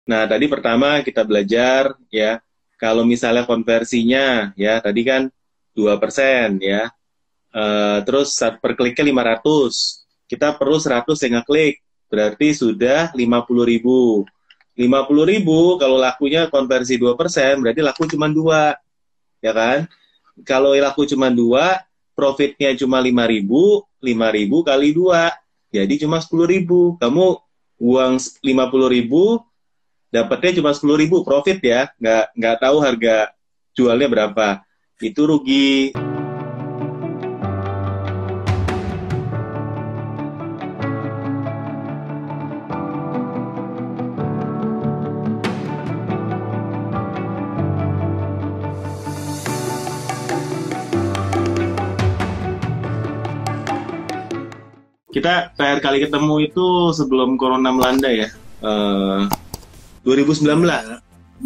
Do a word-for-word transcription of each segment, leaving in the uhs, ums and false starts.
Nah, tadi pertama kita belajar ya, kalau misalnya konversinya ya, tadi kan dua persen ya. Eh, terus saat per kliknya lima ratus, kita perlu seratus yang ngeklik, berarti sudah lima puluh ribu. lima puluh ribu kalau lakunya konversi dua persen, berarti laku cuma dua, ya kan? Kalau laku cuma dua, profitnya cuma lima ribu, lima ribu kali dua, jadi cuma sepuluh ribu. Kamu uang lima puluh ribu, dapatnya cuma sepuluh ribu profit ya, nggak nggak tahu harga jualnya berapa. Itu rugi. Kita terakhir kali ketemu itu sebelum corona melanda ya. Eh, dua ribu sembilan belas. Iya,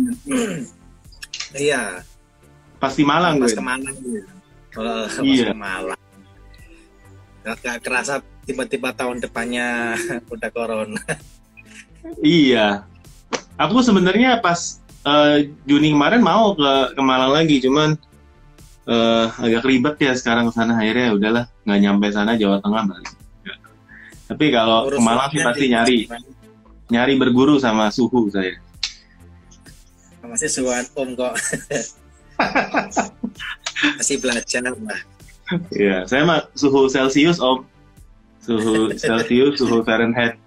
iya, Pasti yang Malang pas gue. ke Malang gitu. Oh, pas ke Iya, Malang. Gak, gak kerasa tiba-tiba tahun depannya udah corona. iya. Aku sebenarnya pas eh, Juni kemarin mau ke ke Malang lagi, cuman eh, agak ribet ya sekarang ke sana. Akhirnya ya udahlah, nggak nyampe sana, Jawa Tengah balik. Tapi kalau ke Ngurus Malang sih uangnya di pasti nyari nyari berguru sama suhu saya. masih suan om kok. Masih belajar lah. Iya, saya mah suhu Celcius om, suhu Celcius, suhu Fahrenheit.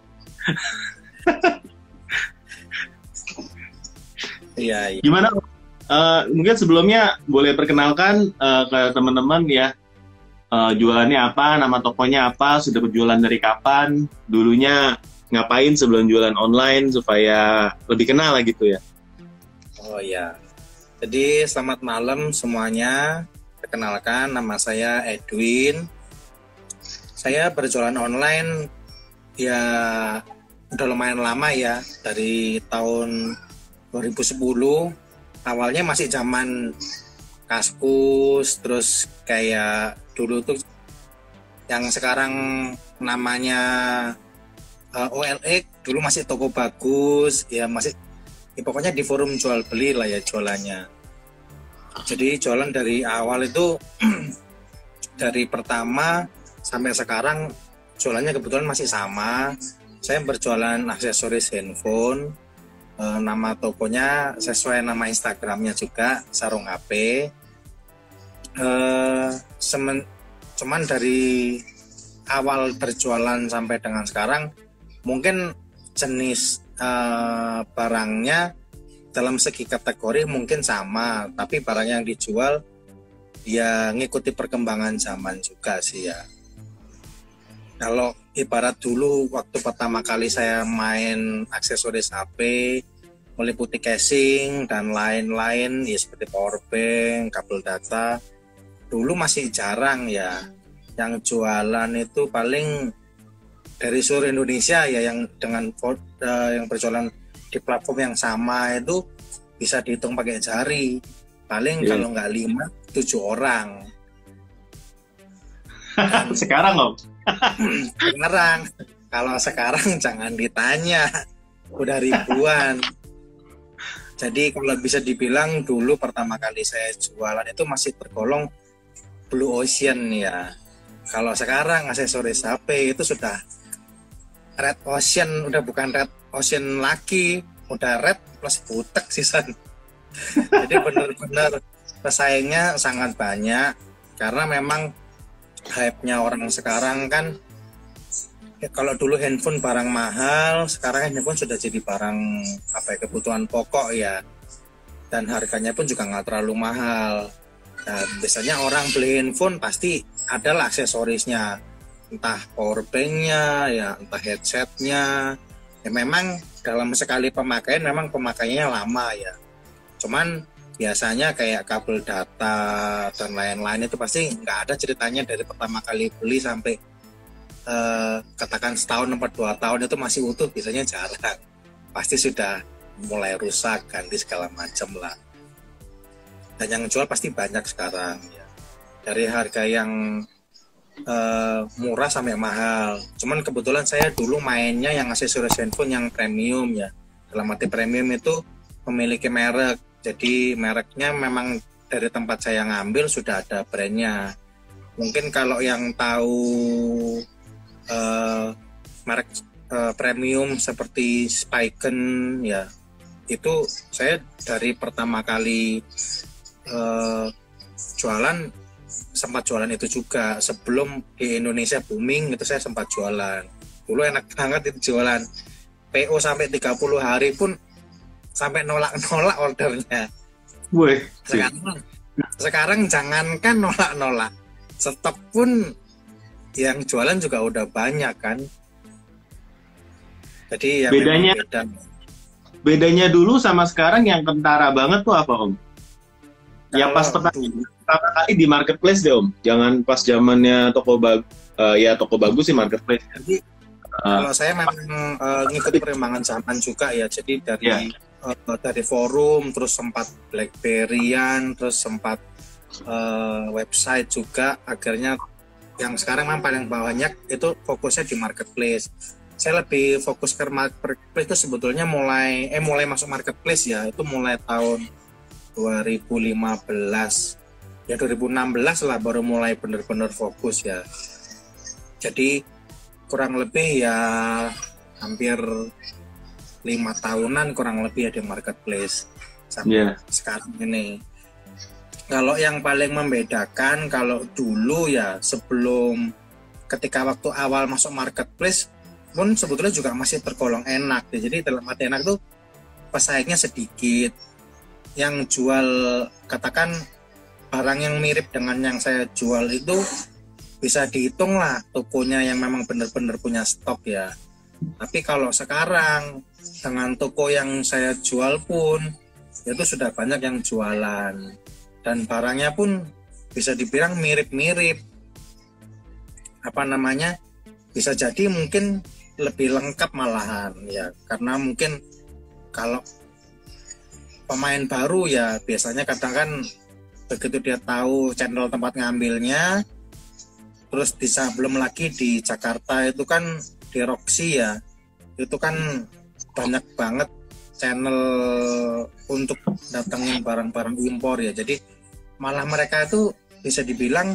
Iya, iya. Gimana? Eh, mungkin sebelumnya boleh perkenalkan eh, ke teman-teman ya, eh, jualannya apa, nama tokonya apa, sudah berjualan dari kapan, dulunya ngapain sebelum jualan online supaya lebih kenal lah gitu ya. Oh ya. Jadi selamat malam semuanya. Perkenalkan nama saya Edwin. Saya berjualan online ya udah lumayan lama ya, dari tahun dua ribu sepuluh. Awalnya masih zaman Kaskus, terus kayak dulu tuh yang sekarang namanya uh, O L X, dulu masih toko bagus ya, masih ya, pokoknya di forum jual beli lah ya jualannya. Jadi jualan dari awal itu dari pertama sampai sekarang jualannya kebetulan masih sama. Saya berjualan aksesoris handphone. E, nama tokonya sesuai nama Instagramnya juga, Sarung H P. E, semen, cuman dari awal berjualan sampai dengan sekarang, mungkin jenis e, barangnya dalam segi kategori mungkin sama, tapi barang yang dijual ya ngikuti perkembangan zaman juga sih ya. Kalau ibarat dulu waktu pertama kali saya main aksesoris H P, meliputi casing dan lain-lain ya seperti power bank, kabel data, dulu masih jarang ya. Yang jualan itu paling dari seluruh Indonesia ya, yang dengan uh, yang berjualan di platform yang sama itu bisa dihitung pakai jari. Paling Iya. kalau nggak lima, tujuh orang. Dan Sekarang om. sekarang, kalau sekarang jangan ditanya, udah ribuan. Jadi kalau bisa dibilang dulu pertama kali saya jualan itu masih tergolong Blue Ocean ya. Kalau sekarang aksesoris H P itu sudah Red Ocean, udah bukan Red Ocean lagi, udah Red plus butek sisan. Jadi benar-benar pesaingnya sangat banyak, karena memang hype-nya orang sekarang kan ya, kalau dulu handphone barang mahal, sekarang handphone sudah jadi barang apa ya, kebutuhan pokok ya, dan harganya pun juga nggak terlalu mahal. Nah, biasanya orang beli handphone pasti adalah aksesorisnya, entah power bank-nya ya, entah headset-nya. Ya memang dalam sekali pemakaian memang pemakaiannya lama ya. Cuman biasanya kayak kabel data dan lain-lain itu pasti nggak ada ceritanya dari pertama kali beli sampai eh, katakan setahun atau dua tahun itu masih utuh, biasanya jarang. Pasti sudah mulai rusak, ganti segala macam lah. Dan yang jual pasti banyak sekarang ya. Dari harga yang eh, murah sampai mahal. Cuman kebetulan saya dulu mainnya yang aksesoris handphone yang premium ya. Dalam arti premium itu memiliki merek. Jadi mereknya memang dari tempat saya ngambil sudah ada brandnya. Mungkin kalau yang tahu uh, merek uh, premium seperti Spiken ya, itu saya dari pertama kali uh, jualan sempat jualan itu juga. Sebelum di Indonesia booming itu saya sempat jualan. Dulu enak banget itu jualan. P O sampai tiga puluh hari pun sampai nolak-nolak ordernya. Wih. Sekarang, sekarang jangankan nolak-nolak, stok pun yang jualan juga udah banyak kan. Jadi ya bedanya beda. bedanya dulu sama sekarang yang kentara banget tuh apa Om? Ya pas pertama, pertama kali di marketplace deh Om, jangan pas zamannya toko bag, uh, ya toko bagus sih marketplace. Jadi uh, kalau saya memang uh, ngikut perkembangan zaman juga ya. Jadi dari yeah. uh, dari forum, terus sempat BlackBerryan, terus sempat uh, website juga. Akhirnya yang sekarang memang paling banyak itu fokusnya di marketplace. Saya lebih fokus ke marketplace itu sebetulnya mulai eh mulai masuk marketplace ya itu mulai tahun dua ribu lima belas ya dua ribu enam belas lah baru mulai benar-benar fokus ya. Jadi kurang lebih ya hampir lima tahunan kurang lebih ya di marketplace sampai yeah. sekarang ini. Kalau yang paling membedakan kalau dulu ya sebelum ketika waktu awal masuk marketplace pun sebetulnya juga masih tergolong enak ya. Jadi dalam arti enak tuh pesaingnya sedikit. Yang jual katakan barang yang mirip dengan yang saya jual itu bisa dihitung lah tokonya yang memang benar-benar punya stok ya. Tapi kalau sekarang dengan toko yang saya jual pun itu sudah banyak yang jualan dan barangnya pun bisa dibilang mirip-mirip. Apa namanya? Bisa jadi mungkin lebih lengkap malahan ya, karena mungkin kalau pemain baru ya biasanya kadang kan begitu dia tahu channel tempat ngambilnya, terus bisa belum lagi di Jakarta itu kan di Roxy ya, itu kan banyak banget channel untuk datangin barang-barang impor ya. Jadi malah mereka itu bisa dibilang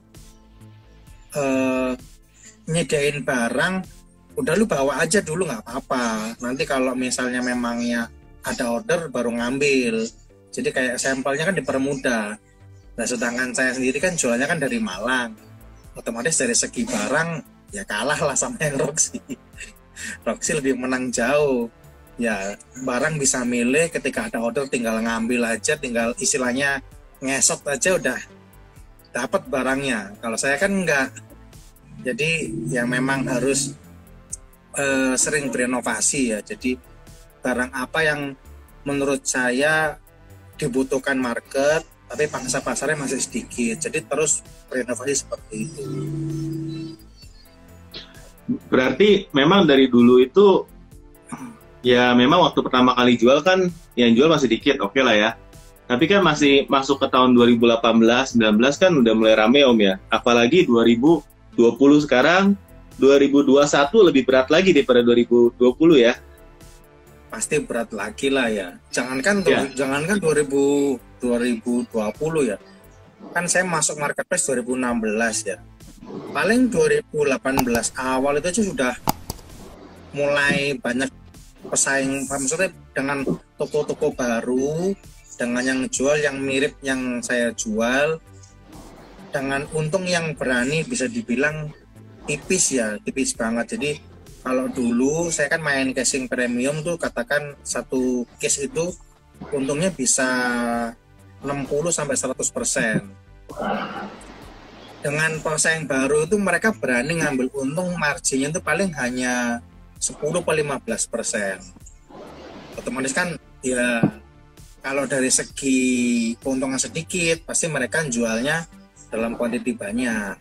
eh, nyediain barang, udah lu bawa aja dulu nggak apa-apa. Nanti kalau misalnya memangnya ada order baru ngambil. Jadi kayak sampelnya kan dipermudah. Nah sedangkan saya sendiri kan jualnya kan dari Malang. Otomatis dari segi barang ya kalah lah sama yang Roxy. Roxy lebih menang jauh. Ya barang bisa milih, ketika ada order tinggal ngambil aja, tinggal istilahnya ngesot aja udah dapat barangnya. Kalau saya kan enggak. Jadi yang memang harus uh, sering berinovasi ya. Jadi barang apa yang menurut saya dibutuhkan market tapi pangsa pasarnya masih sedikit, jadi terus berinovasi seperti itu. Berarti memang dari dulu itu ya memang waktu pertama kali jual kan yang jual masih dikit, oke okay lah ya, tapi kan masih masuk ke tahun dua ribu delapan belas sembilan belas kan udah mulai rame Om ya, apalagi dua ribu dua puluh sekarang, dua ribu dua puluh satu lebih berat lagi daripada dua ribu dua puluh ya. Pasti berat lagi lah ya. Jangankan ya. jangankan dua ribu dua puluh ya. Kan saya masuk marketplace dua ribu enam belas ya. Paling dua ribu delapan belas awal itu aja sudah mulai banyak pesaing, maksudnya dengan toko-toko baru, dengan yang jual yang mirip yang saya jual, dengan untung yang berani bisa dibilang tipis ya, tipis banget. Jadi kalau dulu saya kan main casing premium tuh katakan satu case itu untungnya bisa enam puluh sampai seratus persen. Dengan pesaing baru itu mereka berani ngambil untung marginnya itu paling hanya sepuluh sampai lima belas persen. Otomatis kan ya kalau dari segi keuntungan sedikit pasti mereka jualnya dalam kuantiti banyak.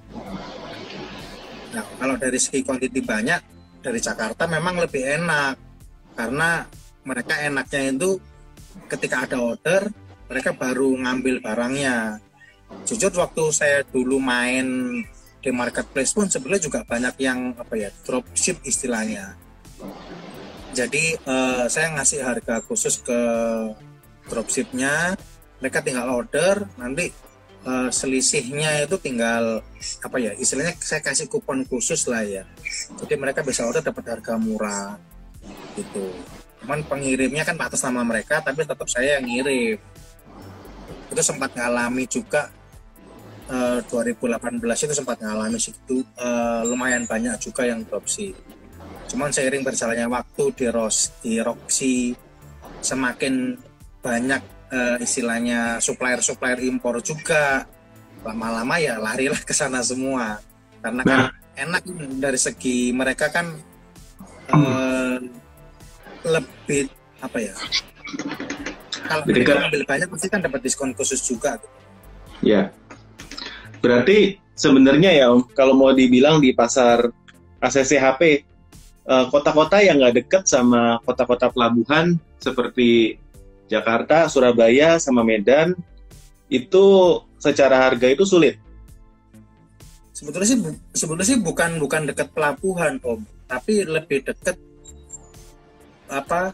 Nah, kalau dari segi kuantiti banyak dari Jakarta memang lebih enak karena mereka enaknya itu ketika ada order mereka baru ngambil barangnya. Jujur waktu saya dulu main di marketplace pun sebenarnya juga banyak yang apa ya dropship istilahnya. Jadi uh, saya ngasih harga khusus ke dropshipnya, mereka tinggal order, nanti uh, selisihnya itu tinggal apa ya, istilahnya saya kasih kupon khusus lah ya. Jadi mereka bisa order dapat harga murah gitu. Cuman pengirimnya kan atas nama mereka, tapi tetap saya yang ngirim. Itu sempat ngalami juga uh, dua ribu delapan belas itu sempat ngalami situ uh, lumayan banyak juga yang dropship. Cuman seiring berjalannya waktu di Ros di Roxy semakin banyak uh, istilahnya supplier-supplier impor juga, lama-lama ya larilah ke sana semua karena kan nah. enak dari segi mereka kan uh, lebih apa ya, kalau mereka ambil banyak pasti kan dapat diskon khusus juga. Ya, berarti sebenarnya ya Om, kalau mau dibilang di pasar A C C H P, kota-kota yang nggak dekat sama kota-kota pelabuhan seperti Jakarta, Surabaya, sama Medan, itu secara harga itu sulit. Sebetulnya sih, sebetulnya sih bukan bukan dekat pelabuhan Om, tapi lebih dekat apa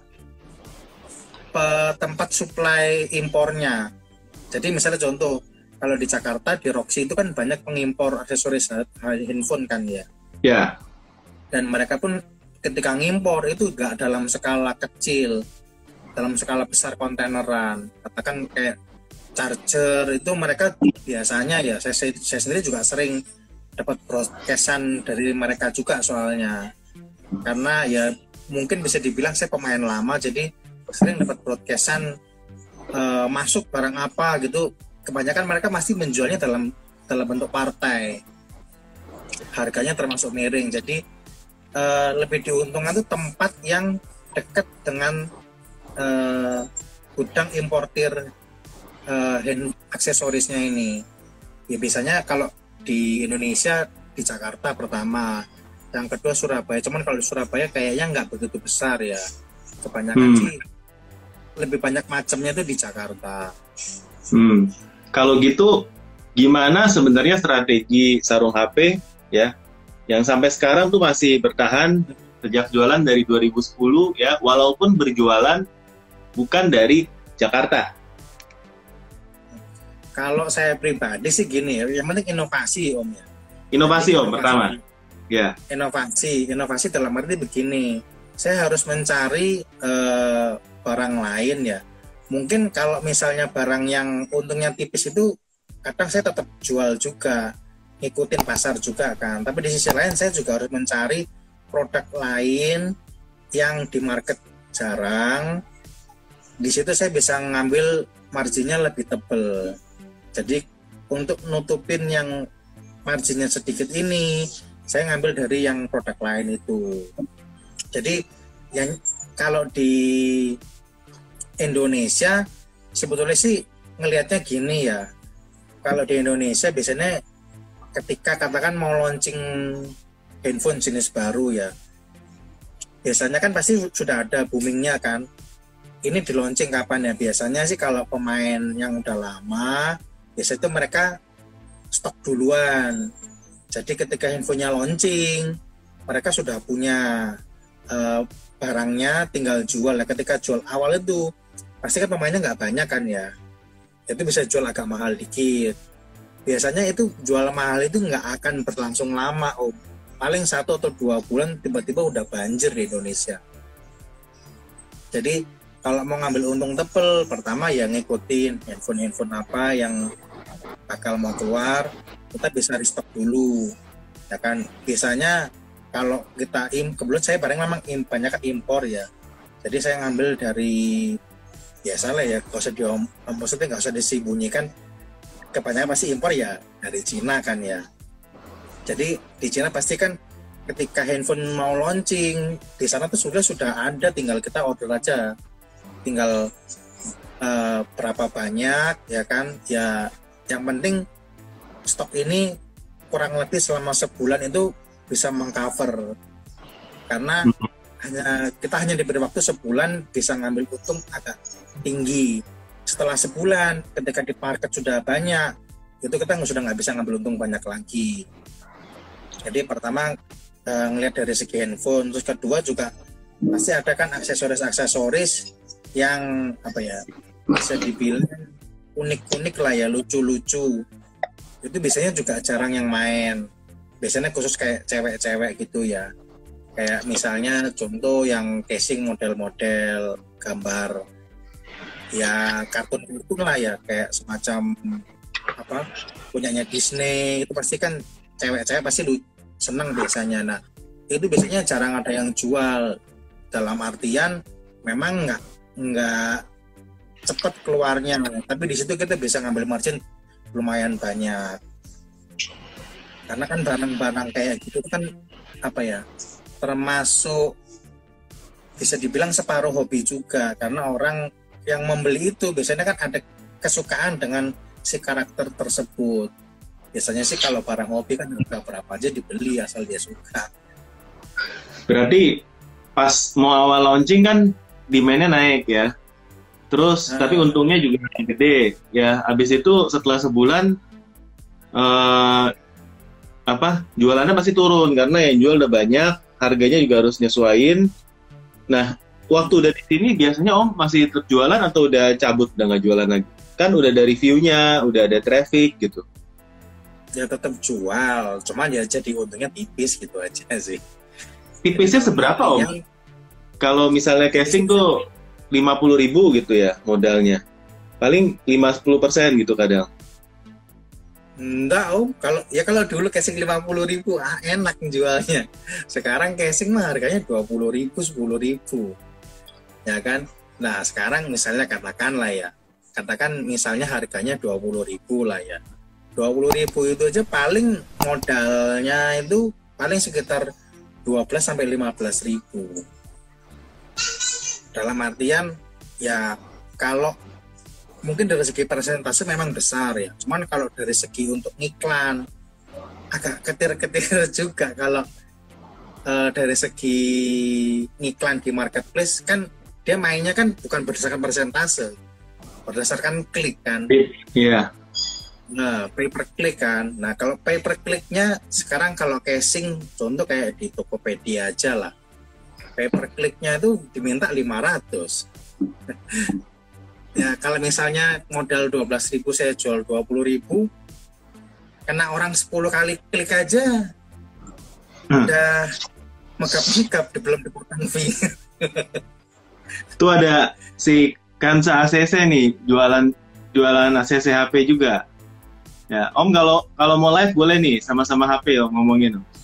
pe, tempat supply impornya. Jadi misalnya contoh, kalau di Jakarta di Roxy itu kan banyak pengimpor aksesoris handphone kan ya. Ya. Dan mereka pun ketika ngimpor itu nggak dalam skala kecil, dalam skala besar kontaineran. Katakan kayak charger itu mereka biasanya ya, saya, saya sendiri juga sering dapat broadcastan dari mereka juga soalnya. Karena ya mungkin bisa dibilang saya pemain lama, jadi sering dapat broadcastan uh, masuk barang apa gitu. Kebanyakan mereka masih menjualnya dalam dalam bentuk partai. Harganya termasuk miring, jadi uh, lebih diuntungkan itu tempat yang dekat dengan uh, gudang importir uh, hand aksesorisnya ini. Ya biasanya kalau di Indonesia di Jakarta pertama, yang kedua Surabaya. Cuman kalau di Surabaya kayaknya nggak begitu besar ya. Kebanyakan hmm. sih lebih banyak macamnya itu di Jakarta. Hmm. Kalau gitu gimana sebenarnya strategi Sarung H P ya yang sampai sekarang tuh masih bertahan sejak jualan dari dua ribu sepuluh ya, walaupun berjualan bukan dari Jakarta? Kalau saya pribadi sih gini ya, yang penting inovasi Om ya. Inovasi Om pertama. Ya. Inovasi, inovasi dalam arti begini, saya harus mencari uh, barang lain ya. Mungkin kalau misalnya barang yang untungnya tipis itu, kadang saya tetap jual juga, ngikutin pasar juga kan. Tapi di sisi lain saya juga harus mencari produk lain yang di market jarang. Di situ saya bisa ngambil marginnya lebih tebal. Jadi untuk nutupin yang marginnya sedikit ini, saya ngambil dari yang produk lain itu. Jadi yang kalau di Indonesia sebetulnya sih ngelihatnya gini ya. Kalau di Indonesia biasanya ketika katakan mau launching handphone jenis baru ya, biasanya kan pasti sudah ada boomingnya kan. Ini di launching kapan ya? Biasanya sih kalau pemain yang udah lama, biasanya itu mereka stok duluan. Jadi ketika handphonenya launching, mereka sudah punya uh, barangnya, tinggal jual. Nah, ketika jual awal itu, pasti kan pemainnya nggak banyak kan ya. Itu bisa jual agak mahal dikit. Biasanya itu jual mahal itu nggak akan berlangsung lama, Om. Paling satu atau dua bulan tiba-tiba udah banjir di Indonesia. Jadi kalau mau ngambil untung tebel, pertama ya ngikutin handphone-handphone apa yang bakal mau keluar, kita bisa restock dulu, ya kan. Biasanya kalau kita im, kebetulan saya barang memang im, banyak impor ya. Jadi saya ngambil dari biasa lah ya, nggak usah di, maksudnya nggak usah disembunyikan. Kebanyakan pasti impor ya dari Cina kan ya. Jadi di Cina pasti kan ketika handphone mau launching di sana tuh sudah sudah ada, tinggal kita order aja, tinggal uh, berapa banyak ya kan ya. Yang penting stok ini kurang lebih selama sebulan itu bisa mengcover, karena hanya kita hanya diberi waktu sebulan bisa ngambil untung agak tinggi. Setelah sebulan ketika di market sudah banyak, itu kita sudah nggak bisa ngambil untung banyak lagi. Jadi pertama eh, ngelihat dari segi handphone, terus kedua juga pasti ada kan aksesoris-aksesoris yang apa ya, bisa dibilang unik-unik lah ya, lucu-lucu. Itu biasanya juga jarang yang main. Biasanya khusus kayak cewek-cewek gitu ya. Kayak misalnya contoh yang casing model-model gambar ya kartun-kartun lah ya, kayak semacam apa punyanya Disney, itu pasti kan cewek-cewek pasti lu seneng biasanya. Nah itu biasanya jarang ada yang jual, dalam artian memang nggak nggak cepet keluarnya, tapi di situ kita bisa ngambil margin lumayan banyak, karena kan barang-barang kayak gitu kan apa ya, termasuk bisa dibilang separuh hobi juga, karena orang yang membeli itu biasanya kan ada kesukaan dengan si karakter tersebut. Biasanya sih kalau barang hobi kan harga berapa aja dibeli asal dia suka. Berarti pas mau awal launching kan demand-nya naik ya. Terus nah, tapi untungnya juga gede ya. Habis itu setelah sebulan eh, apa jualannya pasti turun karena yang jual udah banyak, harganya juga harus nyesuaiin. Nah, waktu udah di sini biasanya Om masih tetap jualan atau udah cabut, udah nggak jualan lagi? Kan udah ada reviewnya, udah ada traffic gitu. Ya tetap jual, cuman ya jadi untungnya tipis gitu aja sih. Tipisnya jadi, seberapa Om? Yang... Kalau misalnya casing tuh lima puluh ribu gitu ya modalnya. Paling lima sampai sepuluh persen gitu kadang. Enggak Om, kalau ya kalau dulu casing lima puluh ribu ah, enak jualnya. Sekarang casing mah harganya dua puluh ribu, sepuluh ribu. Ya kan? Nah, sekarang misalnya katakanlah ya. Katakan misalnya harganya dua puluh ribu lah ya. dua puluh ribu itu aja paling modalnya itu paling sekitar dua belas sampai lima belas ribu. Dalam artian ya kalau mungkin dari segi persentase memang besar ya. Cuman kalau dari segi untuk iklan agak ketir-ketir juga kalau uh, dari segi iklan di marketplace kan dia mainnya kan bukan berdasarkan persentase, berdasarkan klik kan. Iya. Yeah. Nah, pay per click kan. Nah, kalau pay per click-nya sekarang kalau casing contoh kayak di Tokopedia aja lah. Pay per click-nya itu diminta lima ratus. Ya, kalau misalnya modal dua belas ribu saya jual dua puluh ribu, kena orang sepuluh kali klik aja. Hmm. Udah megap-megap belum dipotong fee. Itu ada si Kansa A C C nih, jualan jualan A C C H P juga. Ya, Om kalau kalau mau live boleh nih sama-sama H P Om ngomongin Om.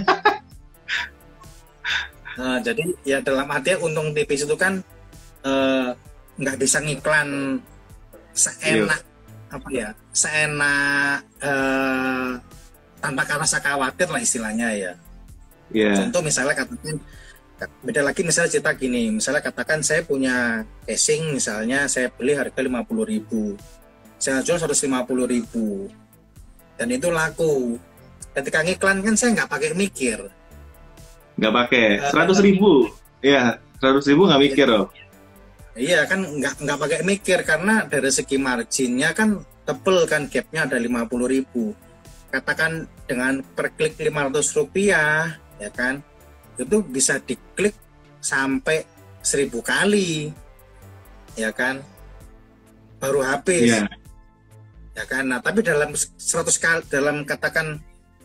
Nah, jadi ya dalam artian untung tipis itu kan nggak eh, bisa ngiklan seenak Yo. apa ya, seenak eh, tanpa rasa khawatir lah istilahnya ya. Yeah. Contoh misalnya katakan beda lagi misalnya cerita gini, misalnya katakan saya punya casing misalnya saya beli harga lima puluh ribu, saya jual seratus lima puluh ribu dan itu laku. Ketika ngiklan kan saya nggak pakai mikir, nggak pakai seratus ribu ya, seratus ribu nggak mikir loh. Iya kan nggak nggak pakai mikir karena dari segi marginnya kan tebel kan, gapnya ada lima puluh ribu. Katakan dengan per klik lima ratus rupiah ya kan, itu bisa diklik sampai seribu kali ya kan, baru habis. Yeah. Ya kan. Nah, tapi dalam seratus kali, dalam katakan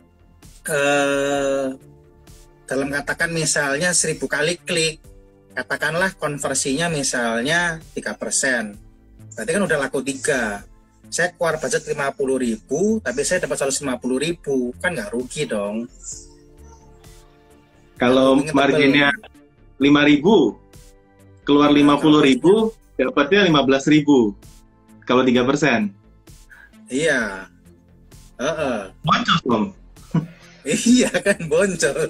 eh, dalam katakan misalnya seribu kali klik, katakanlah konversinya misalnya tiga persen, berarti kan udah laku tiga. Saya keluar budget lima puluh ribu tapi saya dapat seratus lima puluh ribu, kan nggak rugi dong. Kalau marginnya lima ribu, keluar lima puluh ribu, dapatnya lima belas ribu. Kalau tiga persen. Iya. Uh-uh. Boncos dong. Iya kan, boncos.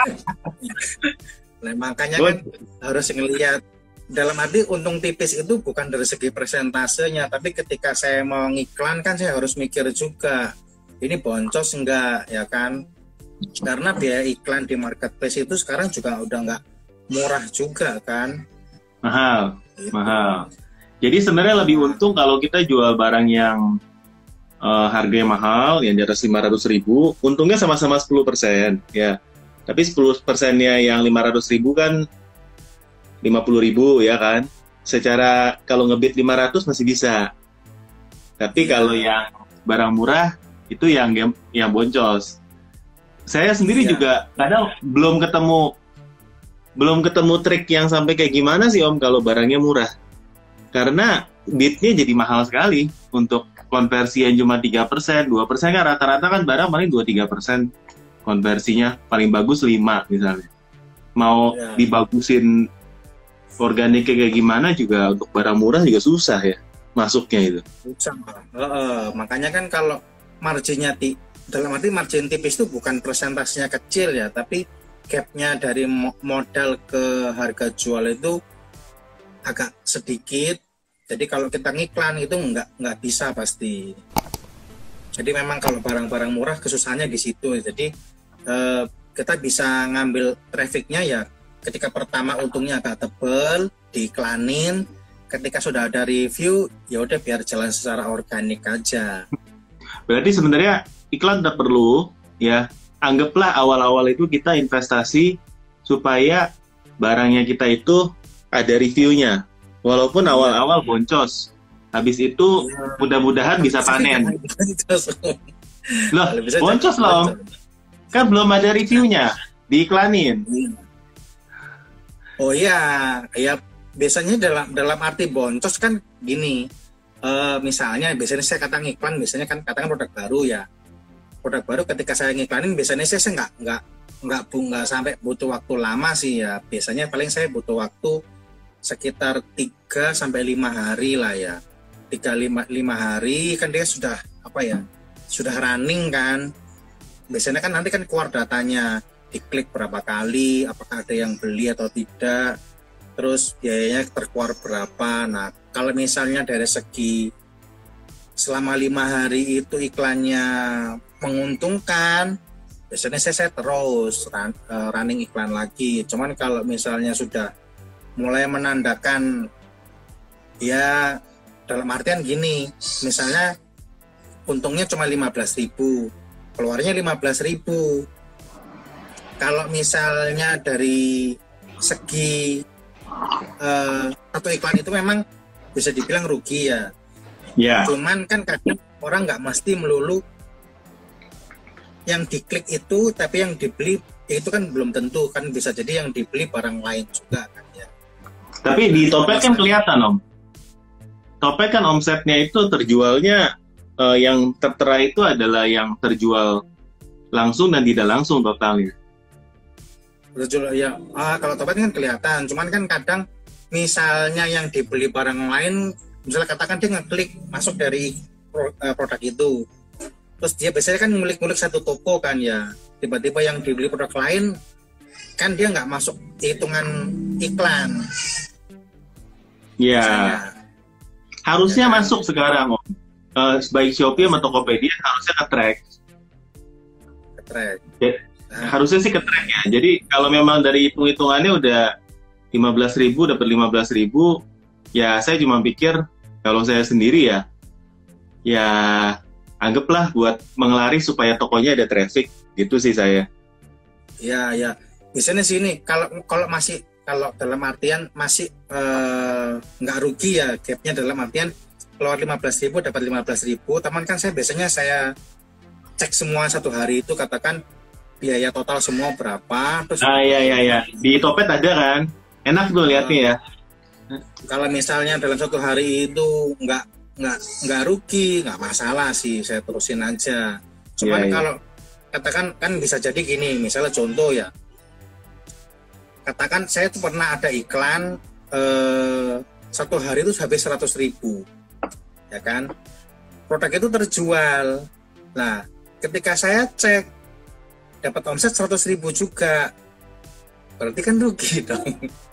Nah, makanya kan harus ngelihat, dalam arti untung tipis itu bukan dari segi persentasenya, tapi ketika saya mau ngiklan kan saya harus mikir juga, ini boncos enggak ya kan? Karena biaya iklan di marketplace itu sekarang juga udah nggak murah juga kan? Mahal, gitu. mahal. Jadi sebenarnya lebih untung kalau kita jual barang yang uh, harganya mahal, yang di atas lima ratus ribu, untungnya sama-sama sepuluh persen ya. Tapi sepuluh persennya yang lima ratus ribu kan lima puluh ribu ya kan. Secara kalau ngebid lima ratus masih bisa. Tapi kalau yang barang murah itu yang yang boncos. Saya sendiri Iya. juga kadang belum ketemu belum ketemu trik yang sampai kayak gimana sih Om kalau barangnya murah. Karena bidnya jadi mahal sekali untuk konversi yang cuma tiga persen, dua persen kan rata-rata kan barang paling dua sampai tiga persen konversinya, paling bagus lima misalnya. Mau Ya. dibagusin organiknya kayak gimana juga untuk barang murah juga susah ya masuknya itu. Susah. Heeh, makanya kan kalau marginnya ti dalam arti margin tipis itu bukan persentasenya kecil ya, tapi gapnya dari mo- modal ke harga jual itu agak sedikit. Jadi kalau kita ngiklan itu nggak nggak bisa pasti. Jadi memang kalau barang-barang murah kesusahannya di situ. Jadi eh, kita bisa ngambil trafficnya ya ketika pertama untungnya agak tebel, diiklanin. Ketika sudah ada review, ya udah biar jalan secara organik aja. Berarti sebenarnya iklan tidak perlu ya. Anggaplah awal-awal itu kita investasi supaya barangnya kita itu ada reviewnya. Walaupun awal-awal boncos. Habis itu Ya. mudah-mudahan bisa panen. Loh, Kalau bisa boncos jangan loh. boncos. Kan belum ada reviewnya. Diiklanin. Oh iya, ya biasanya dalam dalam arti boncos kan gini. Eh, misalnya biasanya saya kata ngiklan, biasanya kan katakan produk baru ya. Produk baru ketika saya ngiklanin biasanya saya, saya nggak nggak nggak bu nggak sampai butuh waktu lama sih ya. Biasanya paling saya butuh waktu sekitar tiga sampai lima hari lah ya. tiga lima lima hari kan dia sudah apa ya? Sudah running kan. Biasanya kan nanti kan keluar datanya, diklik berapa kali, apakah ada yang beli atau tidak, terus biayanya terkeluar berapa. Nah, kalau misalnya dari segi selama lima hari itu iklannya menguntungkan, biasanya saya, saya terus run, uh, running iklan lagi. Cuman kalau misalnya sudah mulai menandakan, ya dalam artian gini, misalnya untungnya cuma lima belas ribu, keluarnya lima belas ribu. Kalau misalnya dari segi uh, satu iklan itu memang bisa dibilang rugi ya. Ya. Cuman kan kadang orang nggak mesti melulu yang diklik itu, tapi yang dibeli itu kan belum tentu, kan bisa jadi yang dibeli barang lain juga kan ya. Tapi di Topet kan kelihatan Om. Topet kan omsetnya itu terjualnya uh, yang tertera itu adalah yang terjual langsung dan tidak langsung totalnya. Terjual ya, ah, kalau Topet kan kelihatan, cuman kan kadang misalnya yang dibeli barang lain, misalnya katakan dia ngeklik masuk dari produk itu, terus dia biasanya kan ngulik-ngulik satu toko kan ya, tiba-tiba yang dibeli produk lain kan dia nggak masuk hitungan iklan. Ya, Misalnya. harusnya Ya kan? masuk sekarang Om. Uh, baik Shopee sama Tokopedia harusnya ke-track. Ke-track. Ya, nah. Harusnya sih ke-track ya. Jadi kalau memang dari hitung-hitungannya udah lima belas ribu dapat lima belas ribu, ya saya cuma pikir kalau saya sendiri ya, ya anggaplah buat mengelari supaya tokonya ada traffic, gitu sih saya. Ya, ya. Misalnya sini, kalau kalau masih kalau dalam artian masih nggak eh, rugi ya, gapnya dalam artian keluar lima belas ribu dapat lima belas ribu. Teman kan saya biasanya saya cek semua satu hari itu, katakan biaya total semua berapa. Terus ah iya iya iya, di Topet ada kan, enak tuh lihatnya ya. Kalau misalnya dalam satu hari itu nggak nggak nggak rugi, nggak masalah sih, saya terusin aja. Cuman yeah, kalau yeah. katakan kan bisa jadi gini, misalnya contoh ya, katakan saya tuh pernah ada iklan eh, satu hari itu habis seratus ribu, ya kan, produk itu terjual. Nah, ketika saya cek dapat omset seratus ribu juga, berarti kan rugi dong.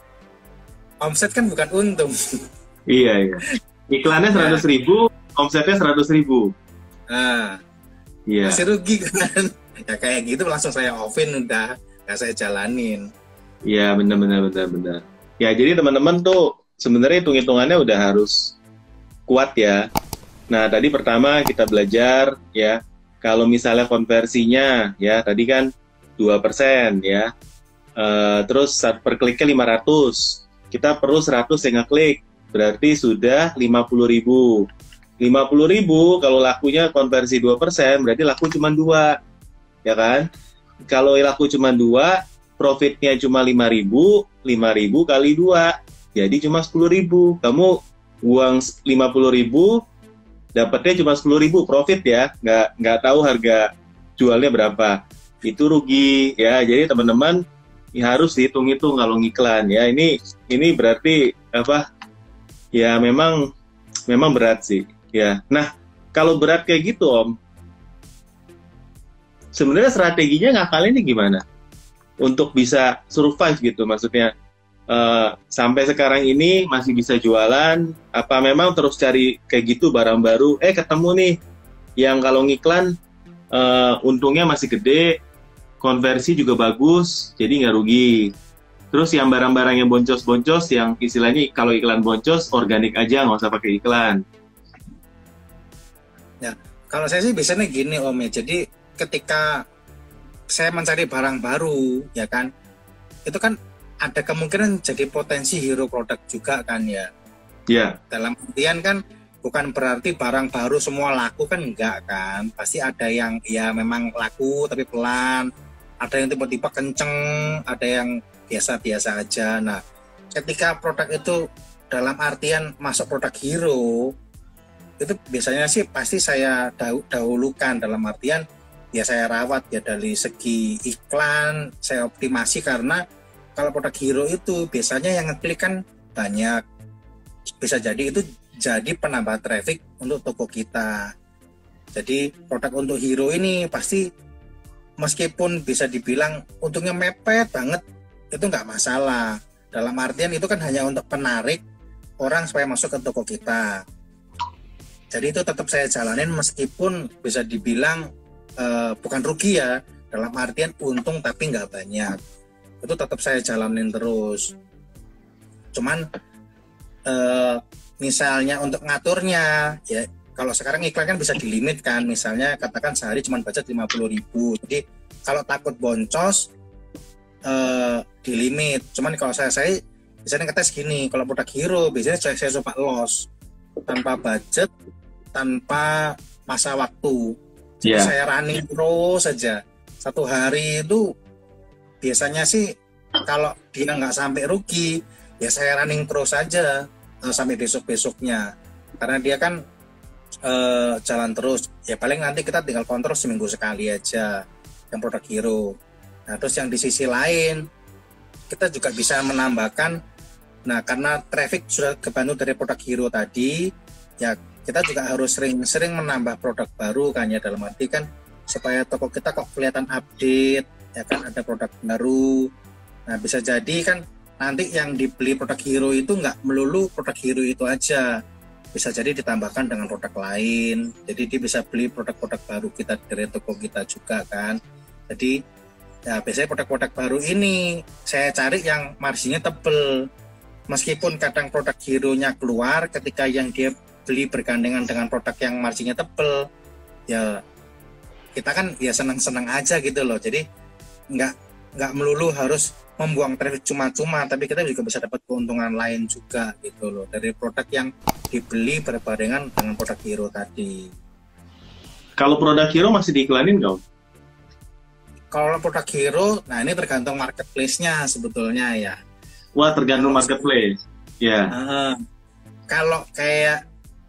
Omset kan bukan untung. Iya iya. Iklannya seratus ribu, omsetnya seratus ribu. Nah, iya. Masih rugi kan? Ya kayak gitu langsung saya offin, udah nggak saya jalanin. Iya benar benar benar benar. Ya jadi teman-teman tuh sebenarnya hitung-hitungannya udah harus kuat ya. Nah tadi pertama kita belajar ya, kalau misalnya konversinya ya tadi kan dua persen ya, uh, terus per kliknya lima ratus. kita perlu seratus yang ngeklik, berarti sudah lima puluh ribu. lima puluh ribu kalau lakunya konversi dua persen, berarti laku cuma dua, ya kan? Kalau laku cuma dua, profitnya cuma lima ribu, lima ribu kali dua, jadi cuma sepuluh ribu. Kamu uang lima puluh ribu, dapatnya cuma sepuluh ribu profit ya, nggak nggak tahu harga jualnya berapa. Itu rugi ya. Jadi teman-teman ya harus dihitung-hitung kalau ngiklan ya. Ini ini berarti apa? Ya memang memang berat sih ya. Nah, kalau berat kayak gitu Om, sebenarnya strateginya ngakalinnya gimana untuk bisa survive gitu? Maksudnya uh, sampai sekarang ini masih bisa jualan, apa memang terus cari kayak gitu barang baru, eh ketemu nih yang kalau ngiklan uh, untungnya masih gede, konversi juga bagus, jadi nggak rugi. Terus yang barang-barang yang boncos-boncos, yang istilahnya kalau iklan boncos, organik aja, nggak usah pakai iklan. Ya, kalau saya sih biasanya gini Om ya, jadi ketika saya mencari barang baru, ya kan, itu kan ada kemungkinan jadi potensi hero produk juga kan ya. Iya. Yeah. Dalam artian kan bukan berarti barang baru semua laku kan, enggak kan. Pasti ada yang ya memang laku tapi pelan, ada yang tiba-tiba kenceng, ada yang biasa-biasa aja. Nah, ketika produk itu dalam artian masuk produk hero, itu biasanya sih pasti saya dahulukan, dalam artian ya saya rawat ya dari segi iklan, saya optimasi, karena kalau produk hero itu biasanya yang ngeklik kan banyak, bisa jadi itu jadi penambah traffic untuk toko kita. Jadi produk untuk hero ini pasti meskipun bisa dibilang untungnya mepet banget, itu nggak masalah. Dalam artian itu kan hanya untuk penarik orang supaya masuk ke toko kita. Jadi itu tetap saya jalanin meskipun bisa dibilang uh, bukan rugi ya, dalam artian untung tapi nggak banyak. Itu tetap saya jalanin terus. Cuman uh, misalnya untuk ngaturnya, ya kalau sekarang iklan kan bisa dilimit kan, misalnya katakan sehari cuma budget lima puluh ribu. Jadi kalau takut boncos, uh, dilimit. Cuman kalau saya saya biasanya ngetes gini, kalau produk hero biasanya saya, saya coba loss tanpa budget, tanpa masa waktu. Jadi yeah. saya running terus saja. Satu hari itu biasanya sih kalau dia nggak sampai rugi, ya saya running terus saja uh, sampai besok-besoknya. Karena dia kan uh, jalan terus. Ya paling nanti kita tinggal kontrol seminggu sekali aja yang produk hero. Nah terus yang di sisi lain kita juga bisa menambahkan, nah karena traffic sudah kebantu dari produk hero tadi, ya kita juga harus sering-sering menambah produk baru kan ya, dalam arti kan supaya toko kita kok kelihatan update, ya kan ada produk baru. Nah bisa jadi kan nanti yang dibeli produk hero itu nggak melulu produk hero itu aja, bisa jadi ditambahkan dengan produk lain, jadi dia bisa beli produk-produk baru kita dari toko kita juga kan. Jadi ya biasanya produk-produk baru ini saya cari yang marginnya tebel, meskipun kadang produk hero-nya keluar ketika yang dia beli bergandengan dengan produk yang marginnya tebel, ya kita kan ya senang-senang aja gitu loh. Jadi nggak nggak melulu harus membuang traffic cuma-cuma, tapi kita juga bisa dapat keuntungan lain juga gitu loh dari produk yang dibeli berbarengan dengan produk hero tadi. Kalau produk hero masih diiklanin nggak? Kalau produk hero, nah ini tergantung marketplace-nya sebetulnya ya. Wah, tergantung marketplace. Ya. Yeah. Uh, kalau kayak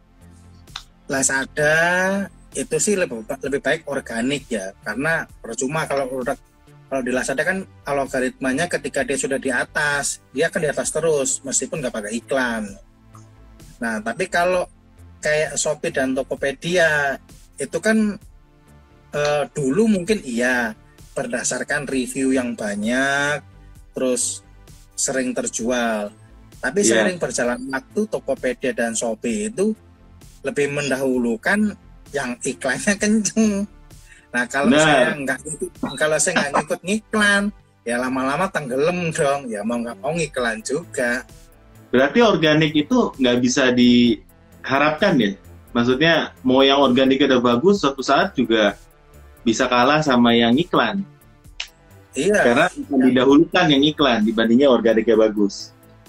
Lazada itu sih lebih lebih baik organik ya, karena percuma kalau produk kalau di Lazada kan algoritmanya ketika dia sudah di atas, dia akan di atas terus meskipun nggak pakai iklan. Nah, tapi kalau kayak Shopee dan Tokopedia itu kan uh, dulu mungkin iya berdasarkan review yang banyak, terus sering terjual. Tapi yeah. sering berjalan waktu Tokopedia dan Shopee itu lebih mendahulukan yang iklannya kenceng. Nah kalau nah. saya nggak kalau saya nggak ngikut ngiklan, ya lama-lama tenggelam dong. Ya mau nggak mau ngiklan juga. Berarti organik itu nggak bisa diharapkan ya? Maksudnya mau yang organik udah bagus, suatu saat juga bisa kalah sama yang iklan. Iya. Karena didahulukan yang iklan dibandingnya organiknya bagus.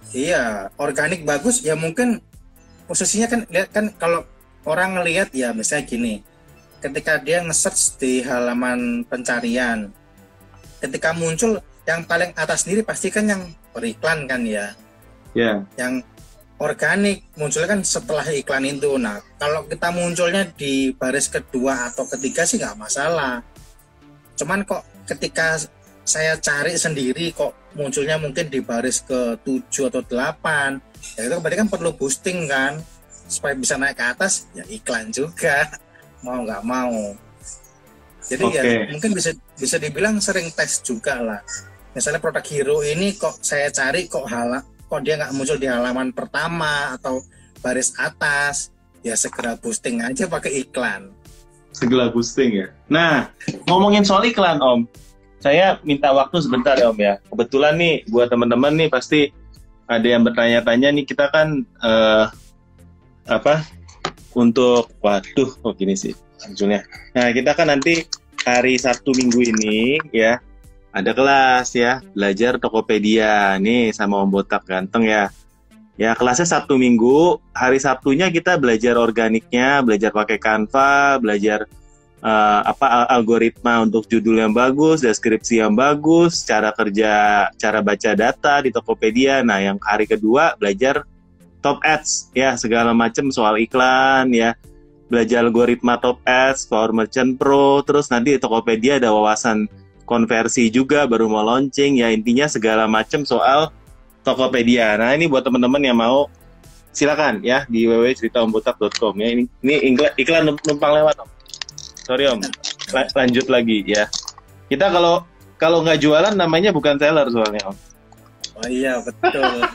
Iya, organik bagus ya mungkin posisinya kan lihat kan kalau orang ngelihat ya misalnya gini, ketika dia nge-search di halaman pencarian, ketika muncul yang paling atas sendiri pasti kan yang beriklan kan ya. Ya. Yang organik munculnya kan setelah iklan itu. Nah, kalau kita munculnya di baris kedua atau ketiga sih nggak masalah. Cuman kok ketika saya cari sendiri kok munculnya mungkin di baris ke tujuh atau delapan, ya itu berarti kan perlu boosting kan supaya bisa naik ke atas, ya iklan juga mau nggak mau. Jadi okay. ya mungkin bisa bisa dibilang sering tes juga lah. Misalnya produk hero ini kok saya cari kok hala, kok dia nggak muncul di halaman pertama atau baris atas, ya segera boosting aja pakai iklan. Segera boosting ya. Nah, ngomongin soal iklan Om, saya minta waktu sebentar ya Om ya. Kebetulan nih buat teman-teman nih pasti ada yang bertanya-tanya nih, kita kan uh, apa untuk waduh kok gini sih munculnya. Nah, kita kan nanti hari Sabtu Minggu ini ya ada kelas ya, belajar Tokopedia nih sama Om Botak ganteng ya. Ya kelasnya Sabtu Minggu, hari Sabtunya kita belajar organiknya, belajar pakai Canva, belajar Uh, apa algoritma untuk judul yang bagus, deskripsi yang bagus, cara kerja, cara baca data di Tokopedia. Nah, yang hari kedua belajar top ads ya, segala macam soal iklan ya. Belajar algoritma top ads, Power Merchant Pro, terus nanti di Tokopedia ada wawasan konversi juga baru mau launching ya. Intinya segala macam soal Tokopedia. Nah, ini buat teman-teman yang mau silakan ya di w w w titik cerita om botak titik com ya. Ini ini iklan numpang lewat Om. Sorry Om, lanjut lagi ya. Kita kalau kalau nggak jualan namanya bukan seller soalnya Om. Oh iya betul.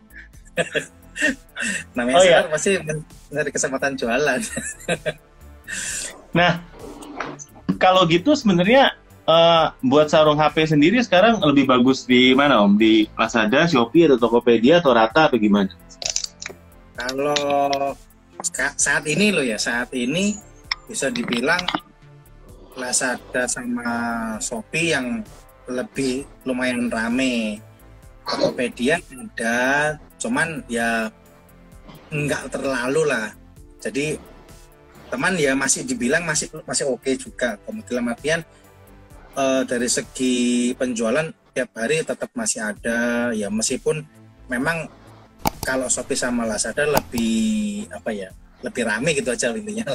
Namanya oh, seller iya. pasti mencari kesempatan jualan. Nah, kalau gitu sebenarnya uh, buat sarung H P sendiri sekarang lebih bagus di mana Om? Di Lazada, Shopee atau Tokopedia atau rata atau gimana? Kalau saat ini loh ya, saat ini bisa dibilang Lazada sama Shopee yang lebih lumayan rame. Tokopedia ada, cuman ya nggak terlalu lah. Jadi teman ya masih dibilang masih masih oke juga. Kemudian artian eh, dari segi penjualan tiap hari tetap masih ada ya, meskipun memang kalau Shopee sama Lazada lebih apa ya, lebih rame gitu aja intinya.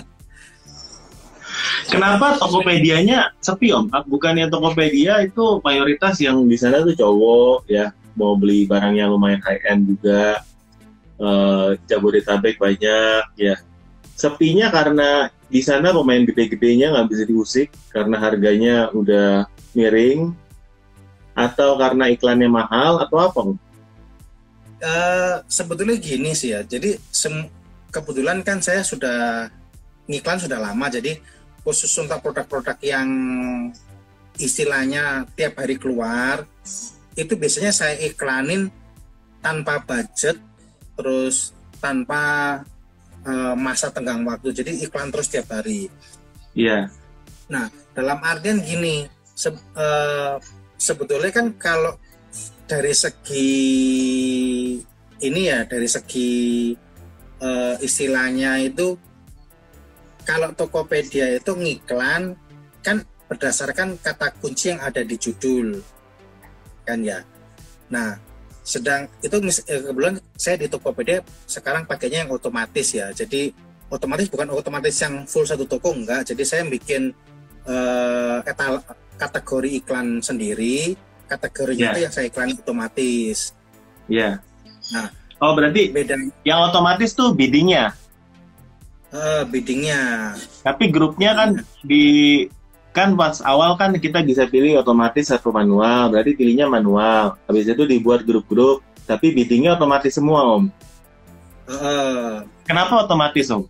Kenapa Tokopedianya sepi Om? Bukannya Tokopedia itu mayoritas yang di sana tuh cowok ya, mau beli barang yang lumayan high end juga, uh, Jabodetabek banyak ya. Sepinya karena di sana pemain gede-gedenya nggak bisa diusik karena harganya udah miring, atau karena iklannya mahal atau apa Om? Uh, sebetulnya gini sih ya, jadi sem- kebetulan kan saya sudah ngiklan sudah lama, jadi khusus untuk produk-produk yang istilahnya tiap hari keluar, itu biasanya saya iklanin tanpa budget, terus tanpa uh, masa tenggang waktu, jadi iklan terus tiap hari. Iya. Yeah. Nah, dalam artian gini, se- uh, sebetulnya kan kalau dari segi ini ya, dari segi uh, istilahnya itu, kalau Tokopedia itu ngiklan kan berdasarkan kata kunci yang ada di judul kan ya. Nah, sedang itu eh, kebetulan saya di Tokopedia sekarang pakainya yang otomatis ya. Jadi otomatis bukan otomatis yang full satu toko, enggak. Jadi saya bikin eh, etal, kategori iklan sendiri, kategorinya yeah. itu yang saya iklan otomatis. Iya. Yeah. Nah, oh berarti beda. Yang otomatis tuh biddingnya. Uh, biddingnya. Tapi grupnya kan di kan pas awal kan kita bisa pilih otomatis atau manual, berarti pilihnya manual. Habis itu dibuat grup-grup, tapi biddingnya otomatis semua Om. Uh, Kenapa otomatis Om?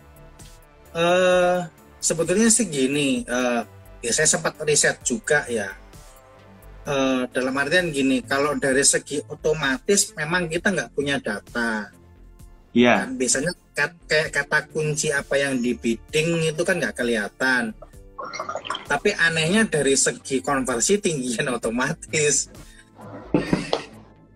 Uh, sebetulnya sih gini, uh, ya saya sempat riset juga ya. Uh, dalam artian gini, kalau dari segi otomatis memang kita nggak punya data. Iya. Kan biasanya kat, kayak kata kunci apa yang di bidding itu kan nggak kelihatan. Tapi anehnya dari segi konversi tinggian otomatis.